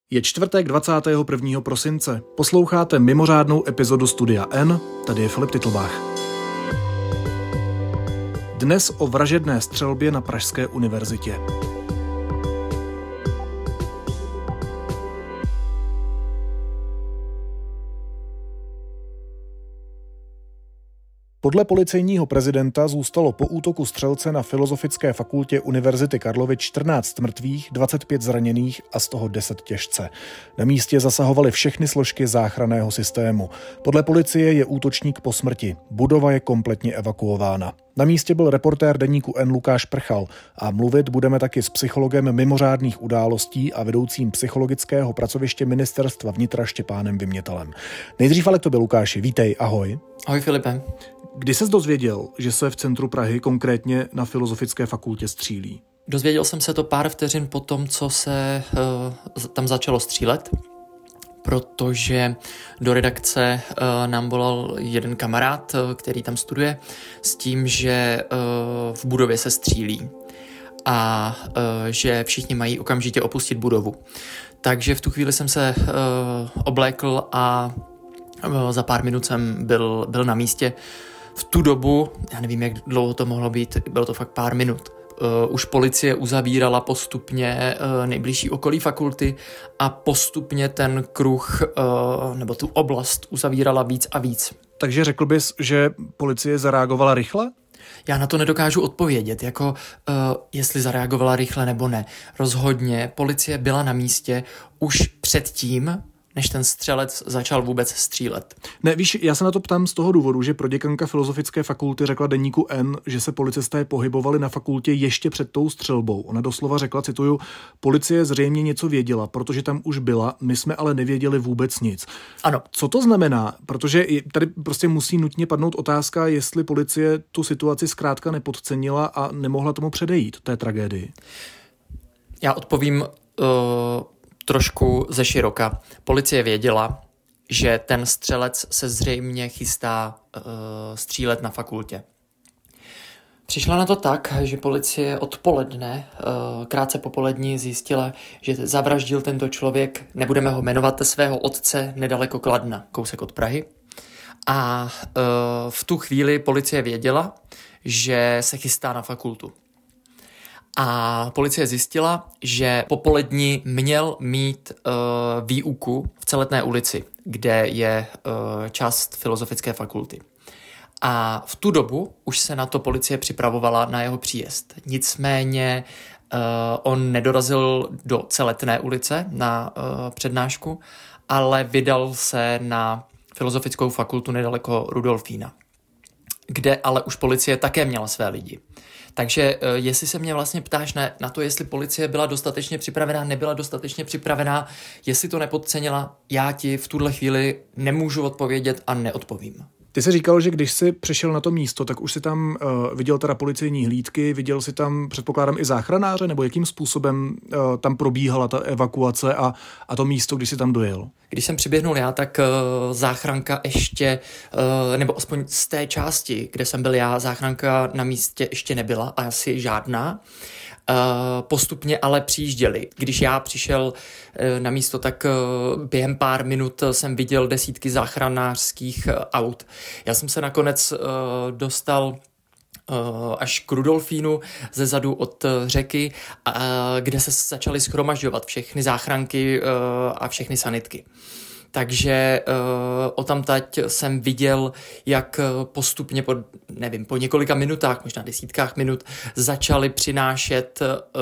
Je čtvrtek 21. prosince. Posloucháte mimořádnou epizodu Studia N, tady je Filip Titlbach. Dnes o vražedné střelbě na Pražské univerzitě. Podle policejního prezidenta zůstalo po útoku střelce na Filozofické fakultě Univerzity Karlovy 14 mrtvých, 25 zraněných a z toho 10 těžce. Na místě zasahovaly všechny složky záchranného systému. Podle policie je útočník po smrti. Budova je kompletně evakuována. Na místě byl reportér deníku N Lukáš Prchal a mluvit budeme taky s psychologem mimořádných událostí a vedoucím psychologického pracoviště Ministerstva vnitra Štěpánem Vymětalem. Nejdřív ale k tobě, Lukáši, vítej, ahoj. Ahoj, Filipe. Kdy ses dozvěděl, že se v centru Prahy, konkrétně na Filozofické fakultě, střílí? Dozvěděl jsem se to pár vteřin po tom, co se tam začalo střílet, protože do redakce nám volal jeden kamarád, který tam studuje, s tím, že v budově se střílí a že všichni mají okamžitě opustit budovu. Takže v tu chvíli jsem se oblékl a za pár minut jsem byl na místě. V tu dobu, já nevím, jak dlouho to mohlo být, bylo to fakt pár minut, už policie uzavírala postupně nejbližší okolí fakulty a postupně ten kruh nebo tu oblast uzavírala víc a víc. Takže řekl bys, že policie zareagovala rychle? Já na to nedokážu odpovědět, jestli zareagovala rychle nebo ne. Rozhodně policie byla na místě už předtím, než ten střelec začal vůbec střílet. Ne, víš, já se na to ptám z toho důvodu, že proděkanka Filozofické fakulty řekla deníku N, že se policisté pohybovali na fakultě ještě před tou střelbou. Ona doslova řekla, cituju, policie zřejmě něco věděla, protože tam už byla, my jsme ale nevěděli vůbec nic. Ano. Co to znamená? Protože tady prostě musí nutně padnout otázka, jestli policie tu situaci zkrátka nepodcenila a nemohla tomu předejít, té tragédii. Já odpovím trošku ze široka. Policie věděla, že ten střelec se zřejmě chystá střílet na fakultě. Přišla na to tak, že policie odpoledne, krátce popolední, zjistila, že zavraždil tento člověk, nebudeme ho jmenovat, svého otce nedaleko Kladna, kousek od Prahy. A v tu chvíli policie věděla, že se chystá na fakultu. A policie zjistila, že popolední měl mít výuku v Celetné ulici, kde je část Filozofické fakulty. A v tu dobu už se na to policie připravovala na jeho příjezd. Nicméně on nedorazil do Celetné ulice na přednášku, ale vydal se na Filozofickou fakultu nedaleko Rudolfína, kde ale už policie také měla své lidi. Takže jestli se mě vlastně ptáš na to, jestli policie byla dostatečně připravená, nebyla dostatečně připravená, jestli to nepodcenila, já ti v tuhle chvíli nemůžu odpovědět a neodpovím. Ty jsi říkal, že když jsi přišel na to místo, tak už si tam viděl teda policejní hlídky, viděl si tam, předpokládám, i záchranáře, nebo jakým způsobem tam probíhala ta evakuace a to místo, když jsi tam dojel? Když jsem přiběhnul já, tak záchranka ještě, nebo aspoň z té části, kde jsem byl já, záchranka na místě ještě nebyla a asi žádná. Postupně ale přijížděli. Když já přišel na místo, tak během pár minut jsem viděl desítky záchranářských aut. Já jsem se nakonec dostal až k Rudolfínu ze zadu od řeky, kde se začaly shromažďovat všechny záchranky a všechny sanitky. Takže odtamtať jsem viděl, jak postupně po několika minutách, možná desítkách minut, začali přinášet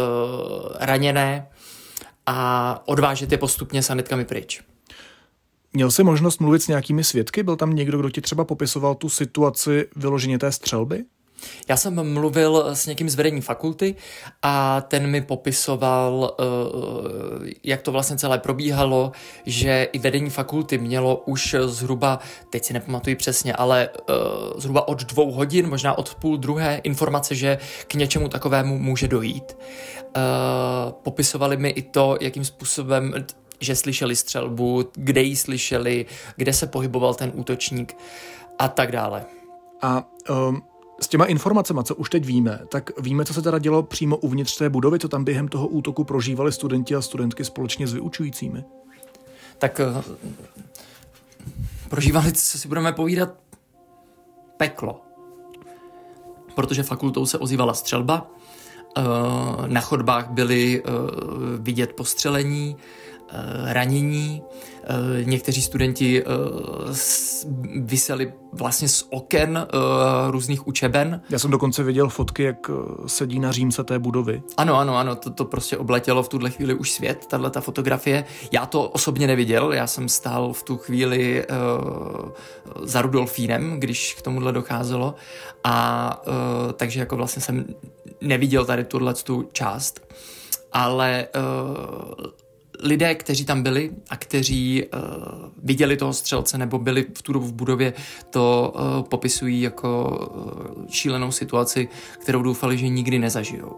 raněné a odvážet je postupně sanitkami pryč. Měl jsi možnost mluvit s nějakými svědky? Byl tam někdo, kdo ti třeba popisoval tu situaci vyloženě té střelby? Já jsem mluvil s někým z vedení fakulty a ten mi popisoval, jak to vlastně celé probíhalo, že i vedení fakulty mělo už zhruba, teď si nepamatuji přesně, ale zhruba od 2 hodin, možná od 1:30 informace, že k něčemu takovému může dojít. Popisovali mi i to, jakým způsobem, že slyšeli střelbu, kde ji slyšeli, kde se pohyboval ten útočník a tak dále. A S těma informacemi, co už teď víme, tak víme, co se teda dělo přímo uvnitř té budovy, co tam během toho útoku prožívali studenti a studentky společně s vyučujícími? Tak prožívali, co si budeme povídat, peklo. Protože fakultou se ozývala střelba, na chodbách byly vidět postřelení, ranění, někteří studenti viseli vlastně z oken různých učeben. Já jsem dokonce viděl fotky, jak sedí na římse té budovy. Ano, to prostě obletělo v tuhle chvíli už svět, tato fotografie. Já to osobně neviděl, já jsem stál v tu chvíli za Rudolfínem, když k tomuhle docházelo, a takže jako vlastně jsem neviděl tady tu část, ale lidé, kteří tam byli a kteří viděli toho střelce nebo byli v tu dobu v budově, to popisují jako šílenou situaci, kterou doufali, že nikdy nezažijou.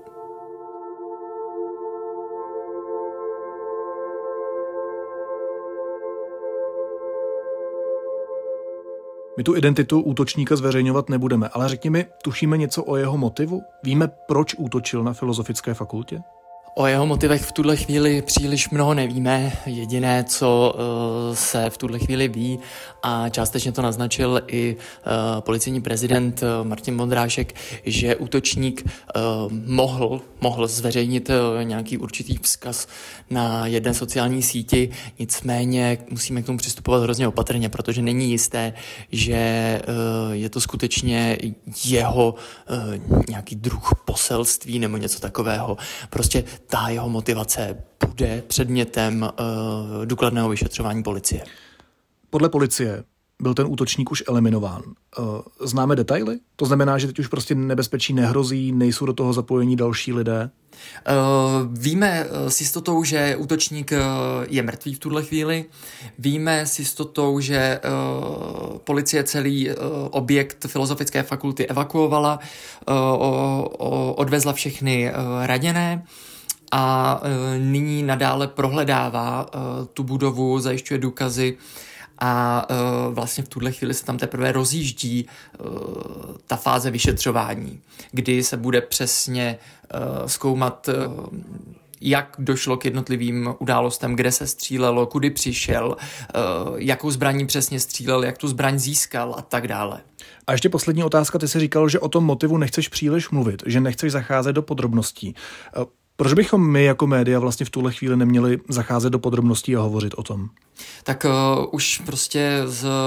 My tu identitu útočníka zveřejňovat nebudeme, ale řekni mi, tušíme něco o jeho motivu? Víme, proč útočil na Filozofické fakultě? O jeho motivech v tuhle chvíli příliš mnoho nevíme. Jediné, co se v tuhle chvíli ví, a částečně to naznačil i policejní prezident Martin Vondrášek, že útočník mohl zveřejnit nějaký určitý vzkaz na jedné sociální síti, nicméně musíme k tomu přistupovat hrozně opatrně, protože není jisté, že je to skutečně jeho nějaký druh poselství nebo něco takového. Prostě ta jeho motivace bude předmětem důkladného vyšetřování policie. Podle policie byl ten útočník už eliminován. Známe detaily? To znamená, že teď už prostě nebezpečí nehrozí, nejsou do toho zapojení další lidé? Víme s jistotou, že útočník je mrtvý v tuhle chvíli. Víme s jistotou, že policie celý objekt Filozofické fakulty evakuovala, odvezla všechny raněné a nyní nadále prohledává tu budovu, zajišťuje důkazy a vlastně v tuhle chvíli se tam teprve rozjíždí ta fáze vyšetřování, kdy se bude přesně zkoumat, jak došlo k jednotlivým událostem, kde se střílelo, kudy přišel, jakou zbraní přesně střílel, jak tu zbraň získal a tak dále. A ještě poslední otázka, ty jsi říkal, že o tom motivu nechceš příliš mluvit, že nechceš zacházet do podrobností. Proč bychom my jako média vlastně v tuhle chvíli neměli zacházet do podrobností a hovořit o tom? Tak už prostě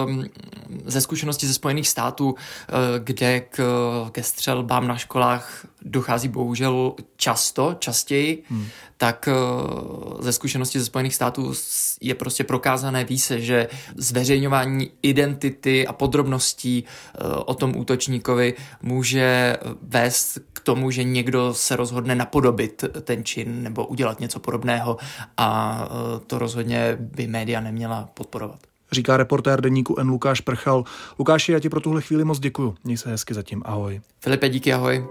ze zkušenosti ze Spojených států, kde ke střelbám na školách dochází bohužel častěji, tak ze zkušenosti ze Spojených států je prostě prokázané, ví se, že zveřejňování identity a podrobností o tom útočníkovi může vést k tomu, že někdo se rozhodne napodobit ten čin nebo udělat něco podobného, a to rozhodně by média neměla podporovat. Říká reportér deníku N. Lukáš Prchal. Lukáši, já ti pro tuhle chvíli moc děkuju. Měj se hezky zatím. Ahoj. Filipe, díky, ahoj.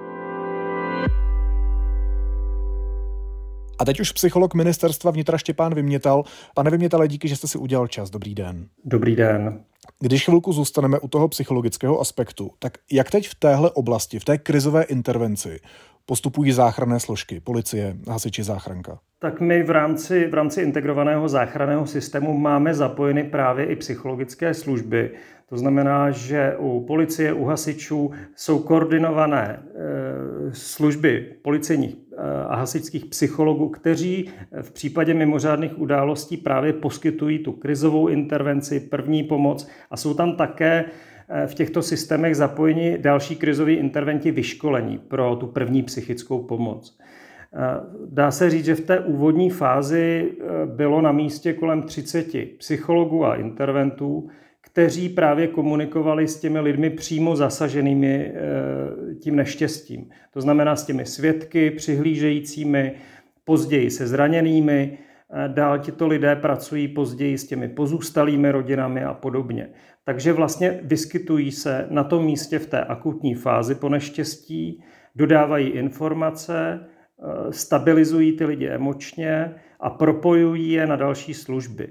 A teď už psycholog ministerstva vnitra Štěpán Vymětal. Pane Vymětale, díky, že jste si udělal čas. Dobrý den. Dobrý den. Když chvilku zůstaneme u toho psychologického aspektu, tak jak teď v téhle oblasti, v té krizové intervenci, postupují záchranné složky, policie, hasiči, záchranka? Tak my v rámci integrovaného záchranného systému máme zapojeny právě i psychologické služby. To znamená, že u policie, u hasičů jsou koordinované služby policejních a hasičských psychologů, kteří v případě mimořádných událostí právě poskytují tu krizovou intervenci, první pomoc, a jsou tam také v těchto systémech zapojeni další krizoví interventi vyškolení pro tu první psychickou pomoc. Dá se říct, že v té úvodní fázi bylo na místě kolem 30 psychologů a interventů, kteří právě komunikovali s těmi lidmi přímo zasaženými tím neštěstím. To znamená s těmi svědky, přihlížejícími, později se zraněnými. Dál tito lidé pracují později s těmi pozůstalými rodinami a podobně. Takže vlastně vyskytují se na tom místě v té akutní fázi po neštěstí, dodávají informace, stabilizují ty lidi emočně a propojují je na další služby.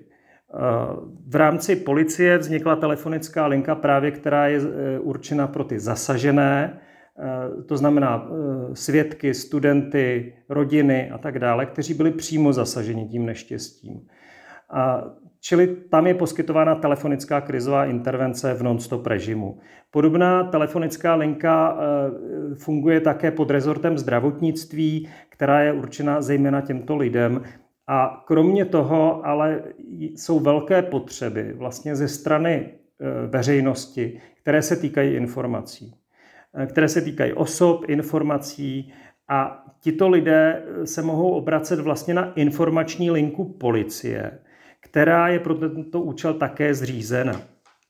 V rámci policie vznikla telefonická linka právě, která je určena pro ty zasažené, to znamená svědky, studenty, rodiny a tak dále, kteří byli přímo zasaženi tím neštěstím. Čili tam je poskytována telefonická krizová intervence v non-stop režimu. Podobná telefonická linka funguje také pod rezortem zdravotnictví, která je určena zejména těmto lidem. A kromě toho ale jsou velké potřeby vlastně ze strany veřejnosti, které se týkají informací, které se týkají osob, informací, a tito lidé se mohou obracet vlastně na informační linku policie, která je pro tento účel také zřízena.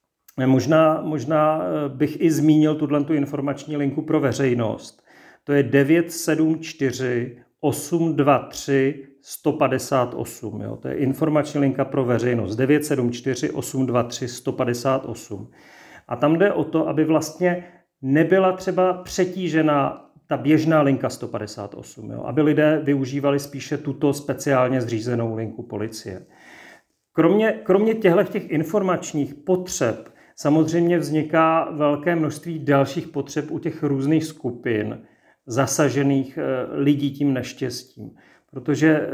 Možná bych i zmínil tuto informační linku pro veřejnost. To je 974 823 158. Jo? To je informační linka pro veřejnost. 974 823 158. A tam jde o to, aby vlastně nebyla třeba přetížena ta běžná linka 158. Jo? Aby lidé využívali spíše tuto speciálně zřízenou linku policie. Kromě těchto informačních potřeb samozřejmě vzniká velké množství dalších potřeb u těch různých skupin zasažených lidí tím neštěstím. Protože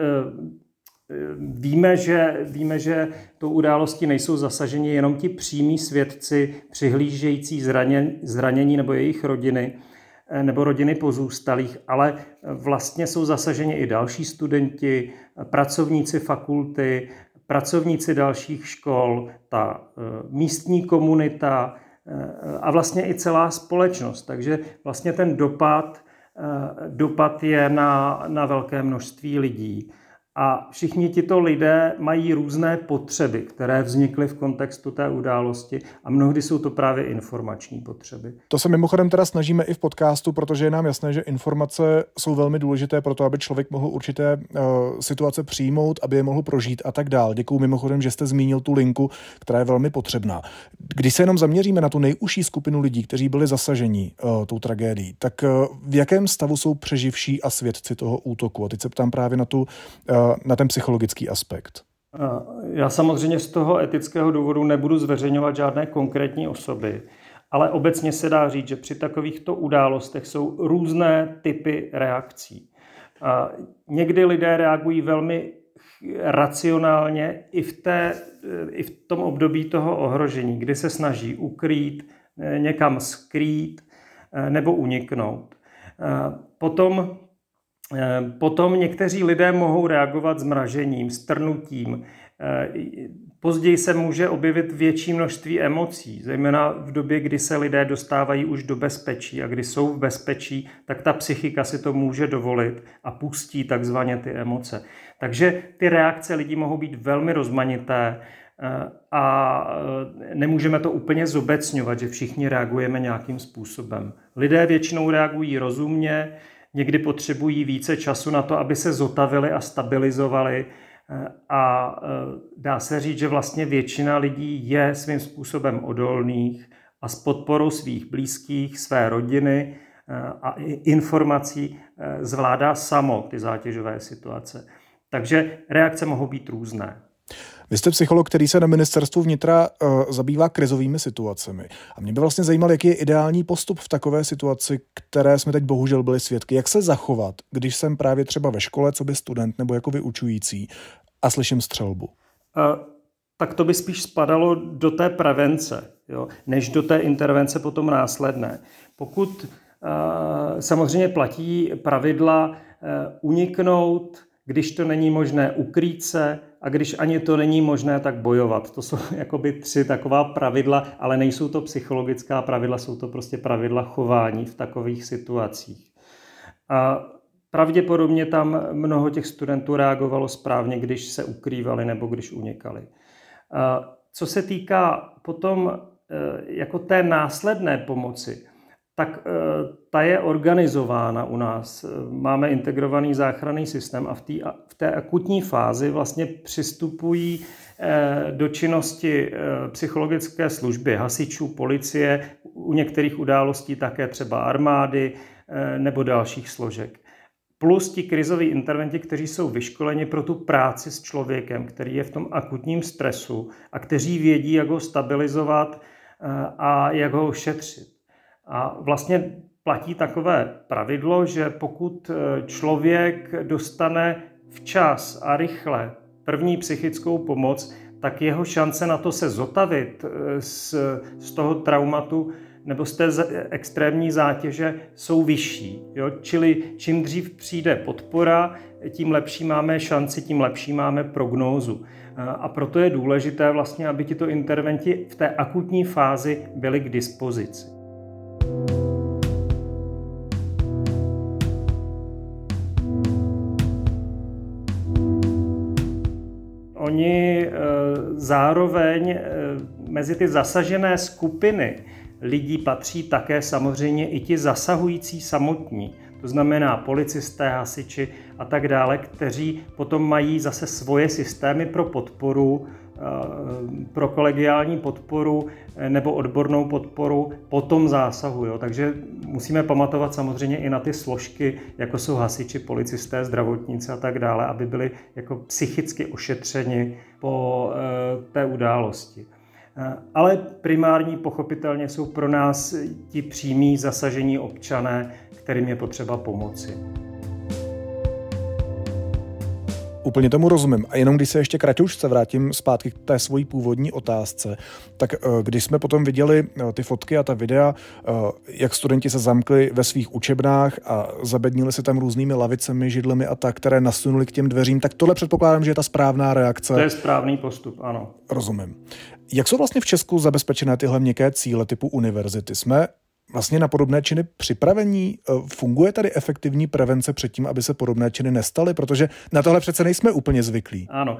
víme, že tou událostí nejsou zasaženi jenom ti přímí svědci přihlížející zranění nebo jejich rodiny, nebo rodiny pozůstalých, ale vlastně jsou zasaženi i další studenti, pracovníci fakulty, pracovníci dalších škol, ta místní komunita a vlastně i celá společnost. Takže vlastně ten dopad je na velké množství lidí. A všichni tito lidé mají různé potřeby, které vznikly v kontextu té události, a mnohdy jsou to právě informační potřeby. To se mimochodem teda snažíme i v podcastu, protože je nám jasné, že informace jsou velmi důležité pro to, aby člověk mohl určité situace přijmout, aby je mohl prožít a tak dál. Děkuju mimochodem, že jste zmínil tu linku, která je velmi potřebná. Když se jenom zaměříme na tu nejužší skupinu lidí, kteří byli zasaženi tou tragédií, tak v jakém stavu jsou přeživší a svědci toho útoku? A teď se ptám právě na ten psychologický aspekt. Já samozřejmě z toho etického důvodu nebudu zveřejňovat žádné konkrétní osoby, ale obecně se dá říct, že při takovýchto událostech jsou různé typy reakcí. Někdy lidé reagují velmi racionálně i v tom období toho ohrožení, kdy se snaží ukrýt, někam skrýt nebo uniknout. Potom někteří lidé mohou reagovat zmražením, strnutím. Později se může objevit větší množství emocí, zejména v době, kdy se lidé dostávají už do bezpečí, a kdy jsou v bezpečí, tak ta psychika si to může dovolit a pustí takzvaně ty emoce. Takže ty reakce lidí mohou být velmi rozmanité a nemůžeme to úplně zobecňovat, že všichni reagujeme nějakým způsobem. Lidé většinou reagují rozumně, někdy potřebují více času na to, aby se zotavili a stabilizovali, a dá se říct, že vlastně většina lidí je svým způsobem odolných a s podporou svých blízkých, své rodiny a informací zvládá samo ty zátěžové situace. Takže reakce mohou být různé. Vy jste psycholog, který se na ministerstvu vnitra zabývá krizovými situacemi. A mě by vlastně zajímalo, jaký je ideální postup v takové situaci, které jsme teď bohužel byli svědky. Jak se zachovat, když jsem právě třeba ve škole, coby student nebo jako vyučující a slyším střelbu? Tak to by spíš spadalo do té prevence, jo, než do té intervence potom následné. Pokud samozřejmě platí pravidla uniknout, když to není možné, ukrýt se, a když ani to není možné, tak bojovat. To jsou jakoby 3 taková pravidla, ale nejsou to psychologická pravidla, jsou to prostě pravidla chování v takových situacích. A pravděpodobně tam mnoho těch studentů reagovalo správně, když se ukrývali nebo když unikali. Co se týká potom jako té následné pomoci, tak ta je organizována u nás. Máme integrovaný záchranný systém a v té akutní fázi vlastně přistupují do činnosti psychologické služby, hasičů, policie, u některých událostí také třeba armády nebo dalších složek. plus ti krizoví interventi, kteří jsou vyškoleni pro tu práci s člověkem, který je v tom akutním stresu a kteří vědí, jak ho stabilizovat a jak ho šetřit. A vlastně platí takové pravidlo, že pokud člověk dostane včas a rychle první psychickou pomoc, tak jeho šance na to se zotavit z toho traumatu nebo z té extrémní zátěže jsou vyšší. Jo? Čili čím dřív přijde podpora, tím lepší máme šanci, tím lepší máme prognózu. A proto je důležité vlastně, aby tito interventi v té akutní fázi byli k dispozici. Oni zároveň mezi ty zasažené skupiny lidí patří také samozřejmě i ti zasahující samotní. To znamená policisté, hasiči a tak dále, kteří potom mají zase svoje systémy pro podporu, pro kolegiální podporu nebo odbornou podporu po tom zásahu. Jo. Takže musíme pamatovat samozřejmě i na ty složky, jako jsou hasiči, policisté, zdravotníci a tak dále, aby byli jako psychicky ošetřeni po té události. Ale primární pochopitelně jsou pro nás ti přímí zasažení občané, kterým je potřeba pomoci. Úplně tomu rozumím. A jenom když se ještě kraťoušce vrátím zpátky k té svojí původní otázce, tak když jsme potom viděli ty fotky a ta videa, jak studenti se zamkli ve svých učebnách a zabednili se tam různými lavicemi, židlemi a tak, které nasunuli k těm dveřím, tak tohle předpokládám, že je ta správná reakce. To je správný postup, ano. Rozumím. Jak jsou vlastně v Česku zabezpečené tyhle měkké cíle typu univerzity? Jsme vlastně na podobné činy připravení? Funguje tady efektivní prevence před tím, aby se podobné činy nestaly? Protože na tohle přece nejsme úplně zvyklí. Ano.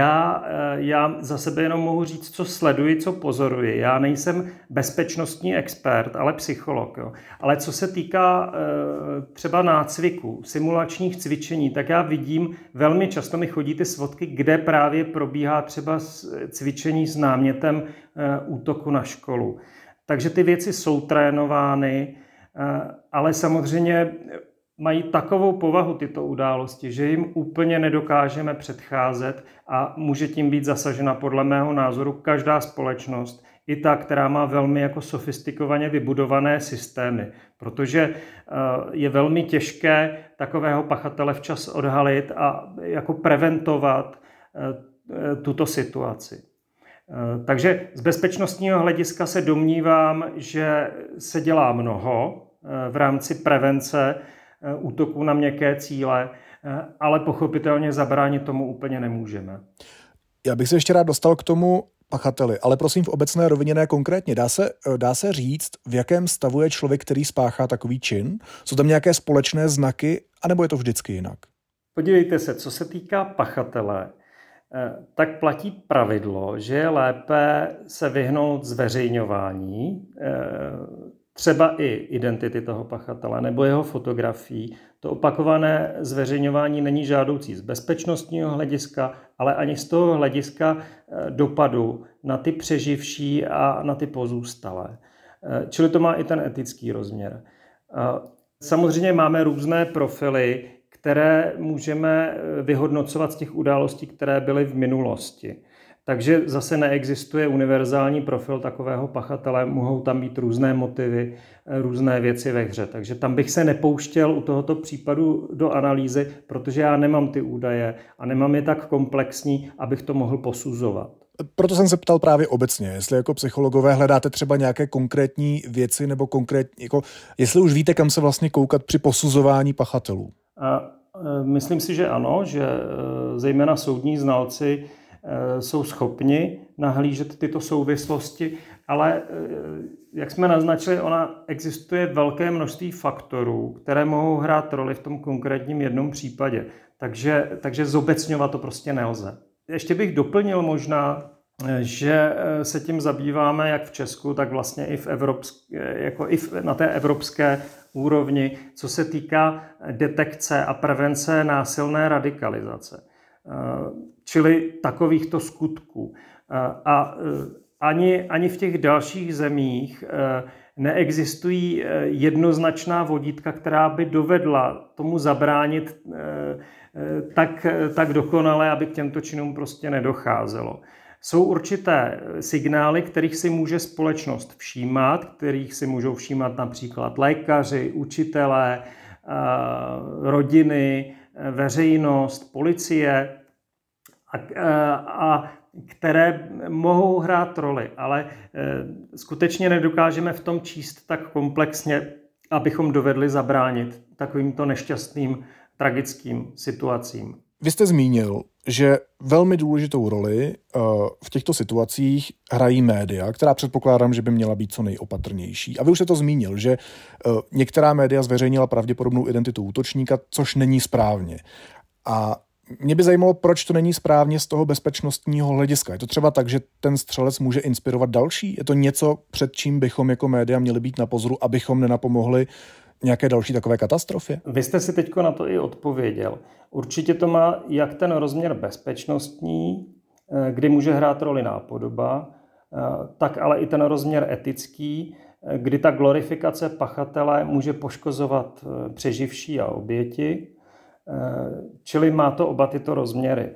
Já za sebe jenom mohu říct, co sleduji, co pozoruji. Já nejsem bezpečnostní expert, ale psycholog. Jo. Ale co se týká třeba nácviku, simulačních cvičení, tak já vidím, velmi často mi chodí ty svodky, kde právě probíhá třeba cvičení s námětem útoku na školu. Takže ty věci jsou trénovány, ale samozřejmě mají takovou povahu tyto události, že jim úplně nedokážeme předcházet a může tím být zasažena podle mého názoru každá společnost, i ta, která má velmi jako sofistikovaně vybudované systémy, protože je velmi těžké takového pachatele včas odhalit a jako preventovat tuto situaci. Takže z bezpečnostního hlediska se domnívám, že se dělá mnoho v rámci prevence útoků na měkké cíle, ale pochopitelně zabránit tomu úplně nemůžeme. Já bych se ještě rád dostal k tomu pachateli, ale prosím v obecné rovině, ne konkrétně. Dá se říct, v jakém stavu je člověk, který spáchá takový čin? Jsou tam nějaké společné znaky, anebo je to vždycky jinak? Podívejte se, co se týká pachatele, tak platí pravidlo, že je lépe se vyhnout zveřejňování, třeba i identity toho pachatele nebo jeho fotografií. To opakované zveřejňování není žádoucí z bezpečnostního hlediska, ale ani z toho hlediska dopadu na ty přeživší a na ty pozůstalé. Čili to má i ten etický rozměr. Samozřejmě máme různé profily, které můžeme vyhodnocovat z těch událostí, které byly v minulosti. Takže zase neexistuje univerzální profil takového pachatele, mohou tam být různé motivy, různé věci ve hře. Takže tam bych se nepouštěl u tohoto případu do analýzy, protože já nemám ty údaje a nemám je tak komplexní, abych to mohl posuzovat. Proto jsem se ptal právě obecně, jestli jako psychologové hledáte třeba nějaké konkrétní věci nebo jestli už víte, kam se vlastně koukat při posuzování pachatelů. Myslím si, že ano, že zejména soudní znalci jsou schopni nahlížet tyto souvislosti, ale jak jsme naznačili, ona existuje velké množství faktorů, které mohou hrát roli v tom konkrétním jednom případě. Takže zobecňovat to prostě nelze. Ještě bych doplnil možná, že se tím zabýváme jak v Česku, tak vlastně i na té evropské úrovni, co se týká detekce a prevence násilné radikalizace. Čili takovýchto skutků. A ani v těch dalších zemích Neexistují jednoznačná vodítka, která by dovedla tomu zabránit tak dokonale, aby k těmto činům prostě nedocházelo. Jsou určité signály, kterých si může společnost všímat, kterých si můžou všímat například lékaři, učitelé, rodiny, veřejnost, policie, a které mohou hrát roli, ale skutečně nedokážeme v tom číst tak komplexně, abychom dovedli zabránit takovýmto nešťastným, tragickým situacím. Vy jste zmínil, že velmi důležitou roli v těchto situacích hrají média, která předpokládám, že by měla být co nejopatrnější. A vy už jste to zmínil, že některá média zveřejnila pravděpodobnou identitu útočníka, což není správně. A mě by zajímalo, proč to není správně z toho bezpečnostního hlediska. Je to třeba tak, že ten střelec může inspirovat další? Je to něco, před čím bychom jako média měli být na pozoru, abychom nenapomohli nějaké další takové katastrofě? Vy jste si teďko na to i odpověděl. Určitě to má jak ten rozměr bezpečnostní, kdy může hrát roli nápodoba, tak ale i ten rozměr etický, kdy ta glorifikace pachatele může poškozovat přeživší a oběti. Čili má to oba tyto rozměry.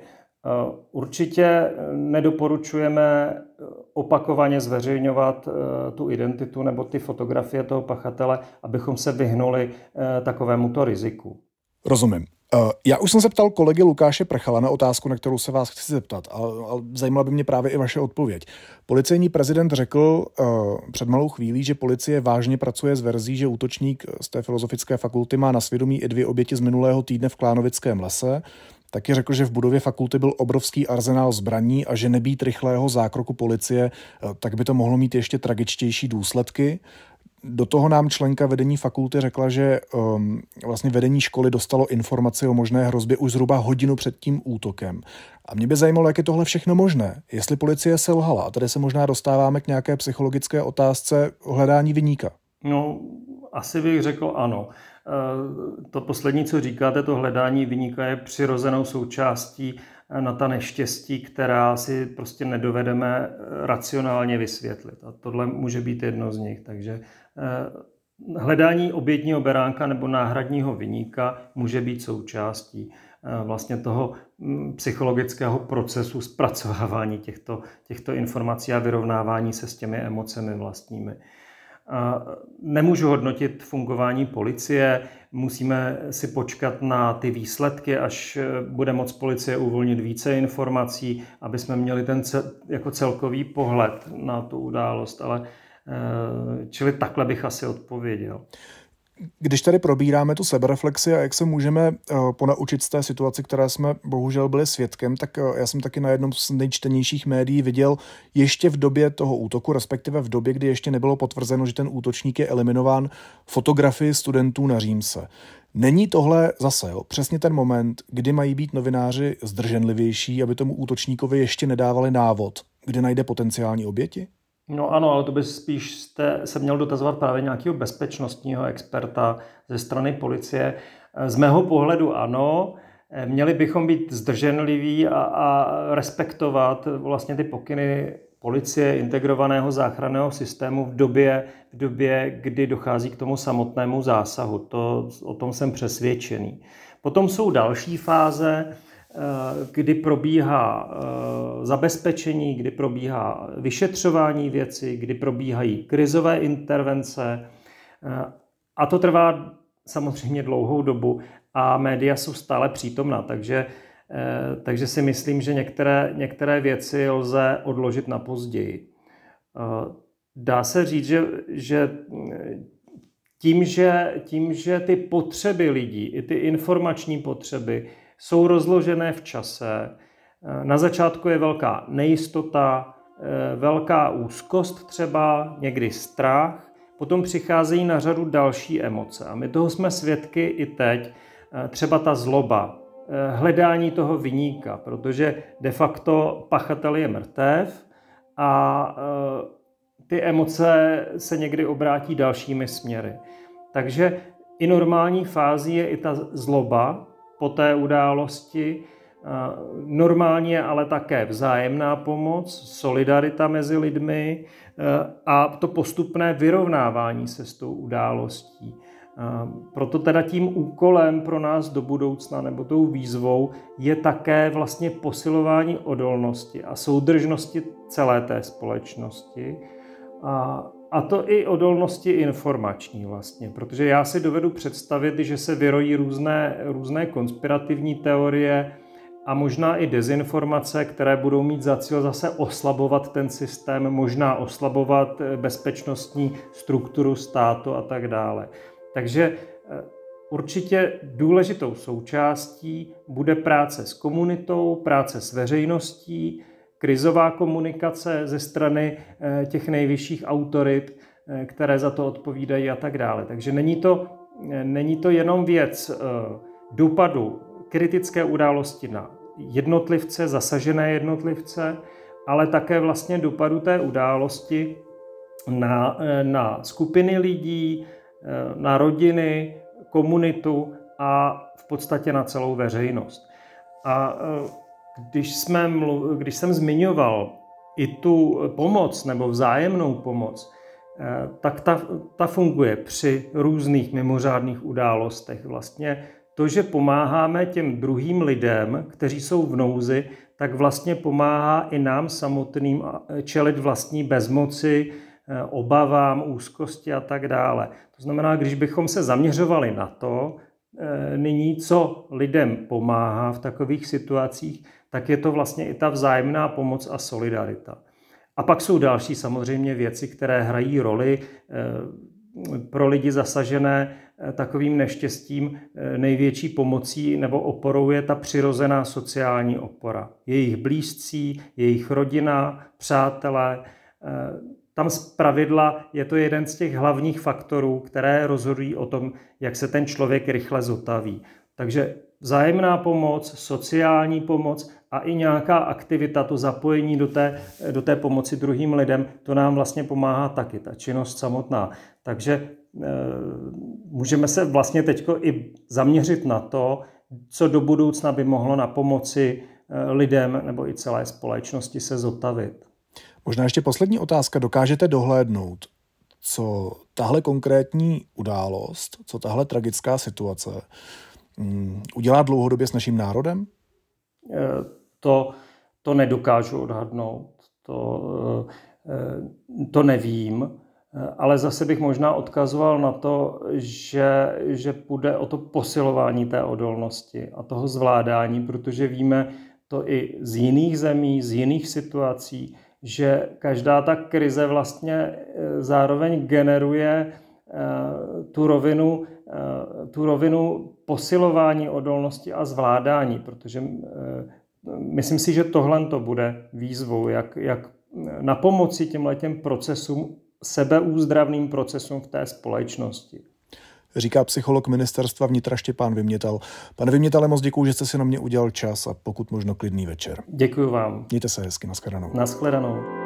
Určitě nedoporučujeme opakovaně zveřejňovat tu identitu nebo ty fotografie toho pachatele, abychom se vyhnuli takovémuto riziku. Rozumím. Já už jsem se ptal kolegy Lukáše Prchala na otázku, na kterou se vás chci zeptat, ale zajímala by mě právě i vaše odpověď. Policejní prezident řekl před malou chvílí, že policie vážně pracuje s verzí, že útočník z té filozofické fakulty má na svědomí i 2 oběti z minulého týdne v Klánovickém lese. Taky řekl, že v budově fakulty byl obrovský arzenál zbraní a že nebýt rychlého zákroku policie, tak by to mohlo mít ještě tragičtější důsledky. Do toho nám členka vedení fakulty řekla, že vlastně vedení školy dostalo informaci o možné hrozbě už zhruba hodinu před tím útokem. A mě by zajímalo, jak je tohle všechno možné. Jestli policie selhala, a tady se možná dostáváme k nějaké psychologické otázce hledání viníka. No, asi bych řekl ano. To poslední, co říkáte, to hledání viníka je přirozenou součástí na ta neštěstí, která si prostě nedovedeme racionálně vysvětlit. A tohle může být jedno z nich. Takže hledání obětního beránka nebo náhradního viníka může být součástí vlastně toho psychologického procesu zpracovávání těchto informací a vyrovnávání se s těmi emocemi vlastními. Nemůžu hodnotit fungování policie, musíme si počkat na ty výsledky, až bude moct policie uvolnit více informací, aby jsme měli ten jako celkový pohled na tu událost, ale čili takhle bych asi odpověděl. Když tady probíráme tu sebereflexi a jak se můžeme ponaučit z té situace, které jsme bohužel byli svědkem, tak já jsem taky na jednom z nejčtenějších médií viděl ještě v době toho útoku, respektive v době, kdy ještě nebylo potvrzeno, že ten útočník je eliminován, fotografii studentů na Římse. Není tohle zase přesně ten moment, kdy mají být novináři zdrženlivější, aby tomu útočníkovi ještě nedávali návod, kde najde potenciální oběti? No ano, ale to by spíš se měl dotazovat právě nějakého bezpečnostního experta ze strany policie. Z mého pohledu ano, měli bychom být zdrženliví a respektovat vlastně ty pokyny policie, integrovaného záchranného systému v době, kdy dochází k tomu samotnému zásahu. O tom jsem přesvědčený. Potom jsou další fáze, kdy probíhá zabezpečení, kdy probíhá vyšetřování věci, kdy probíhají krizové intervence. A to trvá samozřejmě dlouhou dobu a média jsou stále přítomná, takže si myslím, že některé věci lze odložit na později. Dá se říct, že tím, že ty potřeby lidí, i ty informační potřeby jsou rozložené v čase, na začátku je velká nejistota, velká úzkost třeba, někdy strach, potom přicházejí na řadu další emoce. A my toho jsme svědky i teď, třeba ta zloba, hledání toho viníka, protože de facto pachatel je mrtev a ty emoce se někdy obrátí dalšími směry. Takže i normální fází je i ta zloba po té události, Normální je ale také vzájemná pomoc, solidarita mezi lidmi a to postupné vyrovnávání se s tou událostí. Proto teda tím úkolem pro nás do budoucna nebo tou výzvou je také vlastně posilování odolnosti a soudržnosti celé té společnosti a to i odolnosti informační vlastně, protože já si dovedu představit, že se vyrojí různé konspirativní teorie a možná i dezinformace, které budou mít za cíl zase oslabovat ten systém, možná oslabovat bezpečnostní strukturu státu a tak dále. Takže určitě důležitou součástí bude práce s komunitou, práce s veřejností, krizová komunikace ze strany těch nejvyšších autorit, které za to odpovídají a tak dále. Takže není to jenom věc dopadu kritické události na jednotlivce, zasažené jednotlivce, ale také vlastně dopadu té události na skupiny lidí, na rodiny, komunitu a v podstatě na celou veřejnost. A když jsem zmiňoval i tu pomoc nebo vzájemnou pomoc, tak ta funguje při různých mimořádných událostech. Vlastně to, že pomáháme těm druhým lidem, kteří jsou v nouzi, tak vlastně pomáhá i nám samotným čelit vlastní bezmoci, obavám, úzkosti a tak dále. To znamená, když bychom se zaměřovali na to, nyní co lidem pomáhá v takových situacích, tak je to vlastně i ta vzájemná pomoc a solidarita. A pak jsou další samozřejmě věci, které hrají roli pro lidi zasažené takovým neštěstím. Největší pomocí nebo oporou je ta přirozená sociální opora. Jejich blízcí, jejich rodina, přátelé. Tam zpravidla je to jeden z těch hlavních faktorů, které rozhodují o tom, jak se ten člověk rychle zotaví. Takže vzájemná pomoc, sociální pomoc a i nějaká aktivita, to zapojení do té pomoci druhým lidem, to nám vlastně pomáhá taky, ta činnost samotná. Takže můžeme se vlastně teď i zaměřit na to, co do budoucna by mohlo na pomoci lidem nebo i celé společnosti se zotavit. Možná ještě poslední otázka. Dokážete dohlédnout, co tahle konkrétní událost, co tahle tragická situace udělá dlouhodobě s naším národem? To nedokážu odhadnout. To nevím, ale zase bych možná odkazoval na to, že půjde o to posilování té odolnosti a toho zvládání, protože víme to i z jiných zemí, z jiných situací, že každá ta krize vlastně zároveň generuje tu rovinu posilování odolnosti a zvládání, protože myslím si, že tohle to bude výzvou, jak na pomoci těmhletěm procesům, sebeúzdravným procesům v té společnosti. Říká psycholog Ministerstva vnitra Štěpán Vymětal. Pane Vymětale, moc děkuju, že jste si na mě udělal čas a pokud možno klidný večer. Děkuju vám. Mějte se hezky, nashledanou. Nashledanou.